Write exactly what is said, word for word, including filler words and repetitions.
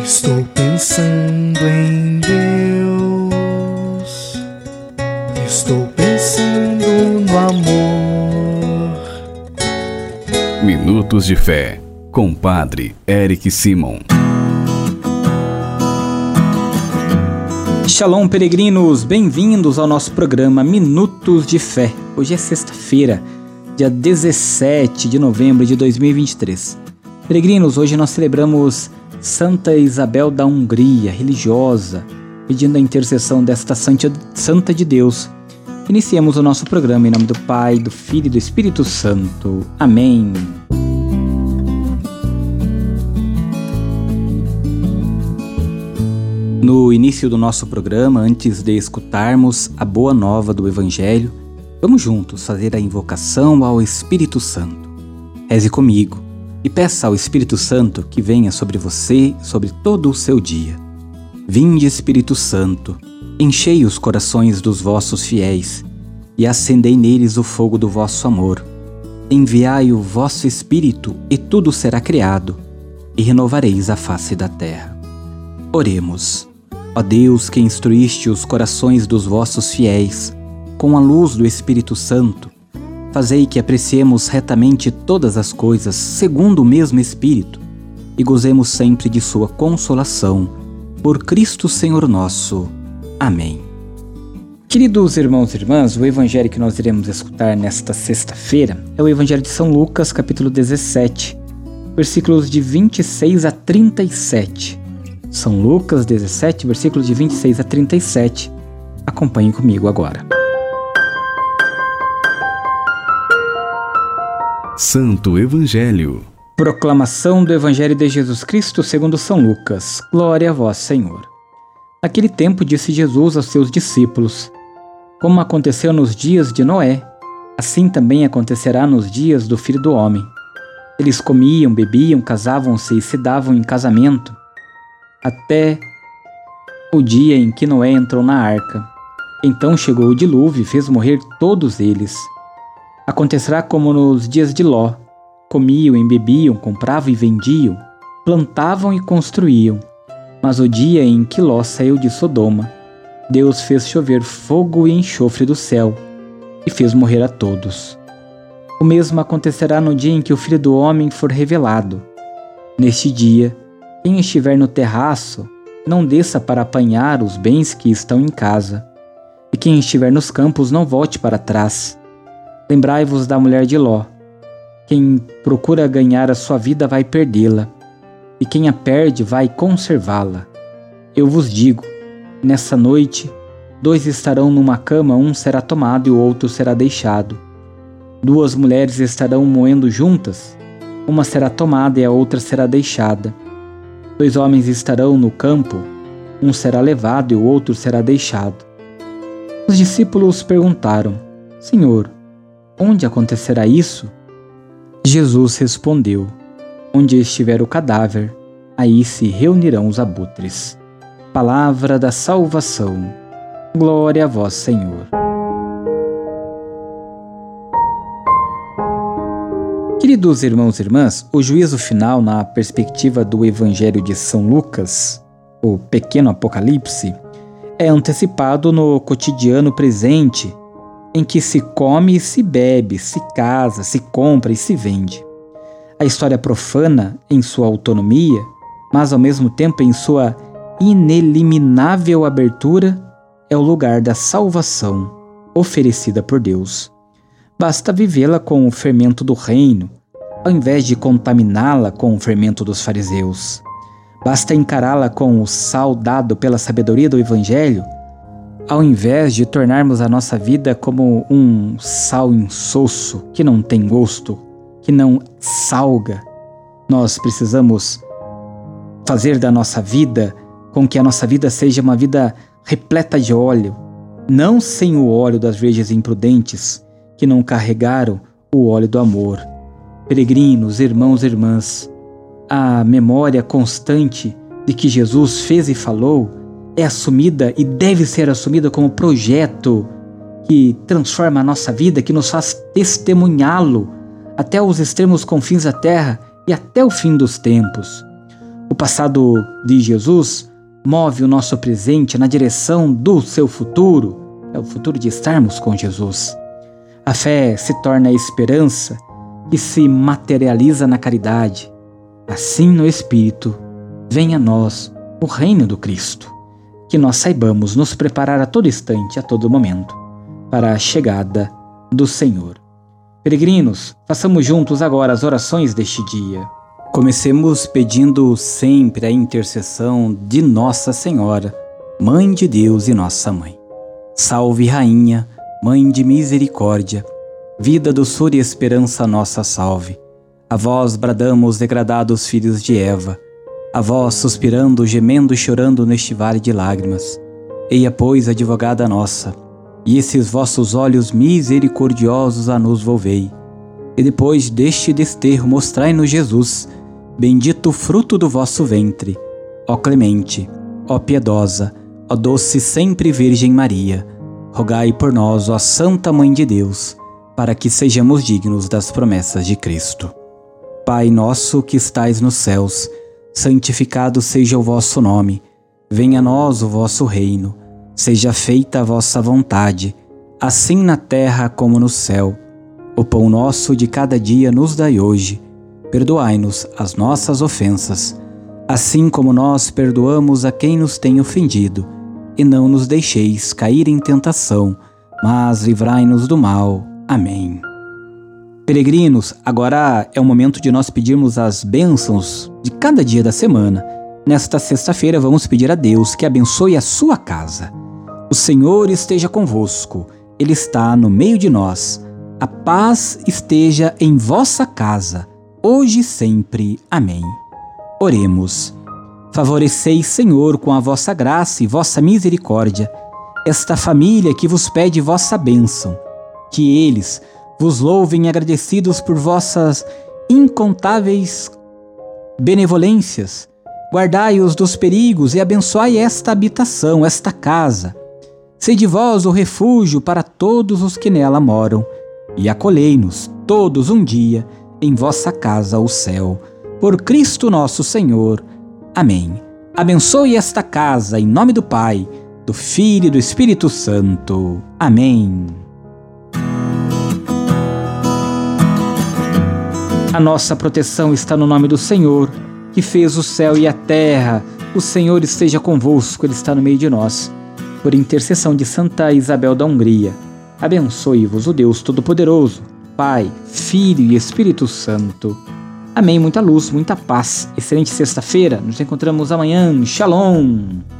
Estou pensando em Deus, estou pensando no amor. Minutos de Fé, com Padre Eric Simon. Shalom, peregrinos, bem-vindos ao nosso programa Minutos de Fé. Hoje é sexta-feira, dia dezessete de novembro de dois mil e vinte e três. Peregrinos, hoje nós celebramos Santa Isabel da Hungria, religiosa, pedindo a intercessão desta Santa de Deus. Iniciemos o nosso programa em nome do Pai, do Filho e do Espírito Santo. Amém. No início do nosso programa, antes de escutarmos a boa nova do Evangelho, vamos juntos fazer a invocação ao Espírito Santo. Reze comigo e peça ao Espírito Santo que venha sobre você, sobre todo o seu dia. Vinde, Espírito Santo, enchei os corações dos vossos fiéis e acendei neles o fogo do vosso amor. Enviai o vosso Espírito e tudo será criado, e renovareis a face da terra. Oremos. Ó Deus, que instruíste os corações dos vossos fiéis com a luz do Espírito Santo, fazei que apreciemos retamente todas as coisas segundo o mesmo Espírito e gozemos sempre de sua consolação. Por Cristo Senhor nosso. Amém. Queridos irmãos e irmãs, o Evangelho que nós iremos escutar nesta sexta-feira é o Evangelho de São Lucas, capítulo dezessete, versículos de vinte e seis a trinta e sete. São Lucas dezessete, versículos de vinte e seis a trinta e sete. Acompanhe comigo agora. Santo Evangelho. Proclamação do Evangelho de Jesus Cristo segundo São Lucas. Glória a vós, Senhor. Naquele tempo disse Jesus aos seus discípulos: Como aconteceu nos dias de Noé, assim também acontecerá nos dias do Filho do Homem. Eles comiam, bebiam, casavam-se e se davam em casamento, até o dia em que Noé entrou na arca. Então chegou o dilúvio e fez morrer todos eles. Acontecerá como nos dias de Ló: comiam e bebiam, compravam e vendiam, plantavam e construíam. Mas o dia em que Ló saiu de Sodoma, Deus fez chover fogo e enxofre do céu e fez morrer a todos. O mesmo acontecerá no dia em que o Filho do Homem for revelado. Neste dia, quem estiver no terraço, não desça para apanhar os bens que estão em casa. E quem estiver nos campos, não volte para trás. Lembrai-vos da mulher de Ló. Quem procura ganhar a sua vida vai perdê-la, e quem a perde vai conservá-la. Eu vos digo, nessa noite, dois estarão numa cama, um será tomado e o outro será deixado. Duas mulheres estarão moendo juntas, uma será tomada e a outra será deixada. Dois homens estarão no campo, um será levado e o outro será deixado. Os discípulos perguntaram: Senhor, onde acontecerá isso? Jesus respondeu: Onde estiver o cadáver, aí se reunirão os abutres. Palavra da salvação. Glória a vós, Senhor. Queridos irmãos e irmãs, o juízo final na perspectiva do Evangelho de São Lucas, o pequeno Apocalipse, é antecipado no cotidiano presente, em que se come e se bebe, se casa, se compra e se vende. A história profana em sua autonomia, mas ao mesmo tempo em sua ineliminável abertura, é o lugar da salvação oferecida por Deus. Basta vivê-la com o fermento do reino, ao invés de contaminá-la com o fermento dos fariseus. Basta encará-la com o sal dado pela sabedoria do Evangelho, ao invés de tornarmos a nossa vida como um sal insosso que não tem gosto, que não salga. Nós precisamos fazer da nossa vida com que a nossa vida seja uma vida repleta de óleo, não sem o óleo das virgens imprudentes que não carregaram o óleo do amor. Peregrinos, irmãos e irmãs, a memória constante de que Jesus fez e falou é assumida e deve ser assumida como projeto que transforma a nossa vida, que nos faz testemunhá-lo até os extremos confins da terra e até o fim dos tempos. O passado de Jesus move o nosso presente na direção do seu futuro, é o futuro de estarmos com Jesus. A fé se torna a esperança que se materializa na caridade. Assim, no Espírito, venha a nós o reino do Cristo. Que nós saibamos nos preparar a todo instante, a todo momento, para a chegada do Senhor. Peregrinos, façamos juntos agora as orações deste dia. Comecemos pedindo sempre a intercessão de Nossa Senhora, Mãe de Deus e Nossa Mãe. Salve, Rainha, Mãe de misericórdia, vida, doçura e esperança nossa salve. A vós bradamos, degradados filhos de Eva, a vós suspirando, gemendo e chorando neste vale de lágrimas. Eia, pois, advogada nossa, e esses vossos olhos misericordiosos a nos volvei. E depois deste desterro mostrai-nos Jesus, bendito o fruto do vosso ventre. Ó clemente, ó piedosa, ó doce sempre Virgem Maria, rogai por nós, ó Santa Mãe de Deus, para que sejamos dignos das promessas de Cristo. Pai nosso que estais nos céus, santificado seja o vosso nome. Venha a nós o vosso reino. Seja feita a vossa vontade, assim na terra como no céu. O pão nosso de cada dia nos dai hoje. Perdoai-nos as nossas ofensas, assim como nós perdoamos a quem nos tem ofendido. E não nos deixeis cair em tentação, mas livrai-nos do mal. Amém. Peregrinos, agora é o momento de nós pedirmos as bênçãos de cada dia da semana. Nesta sexta-feira vamos pedir a Deus que abençoe a sua casa. O Senhor esteja convosco, Ele está no meio de nós. A paz esteja em vossa casa, hoje e sempre. Amém. Oremos. Favoreceis, Senhor, com a vossa graça e vossa misericórdia, esta família que vos pede vossa bênção. Que eles vos louvem agradecidos por vossas incontáveis benevolências. Guardai-os dos perigos e abençoai esta habitação, esta casa. Sede vós o refúgio para todos os que nela moram, e acolhei-nos todos um dia em vossa casa, o céu. Por Cristo nosso Senhor. Amém. Abençoe esta casa em nome do Pai, do Filho e do Espírito Santo. Amém. A nossa proteção está no nome do Senhor, que fez o céu e a terra. O Senhor esteja convosco, Ele está no meio de nós. Por intercessão de Santa Isabel da Hungria, abençoe-vos o Deus Todo-Poderoso, Pai, Filho e Espírito Santo. Amém. Muita luz, muita paz. Excelente sexta-feira. Nos encontramos amanhã. Shalom.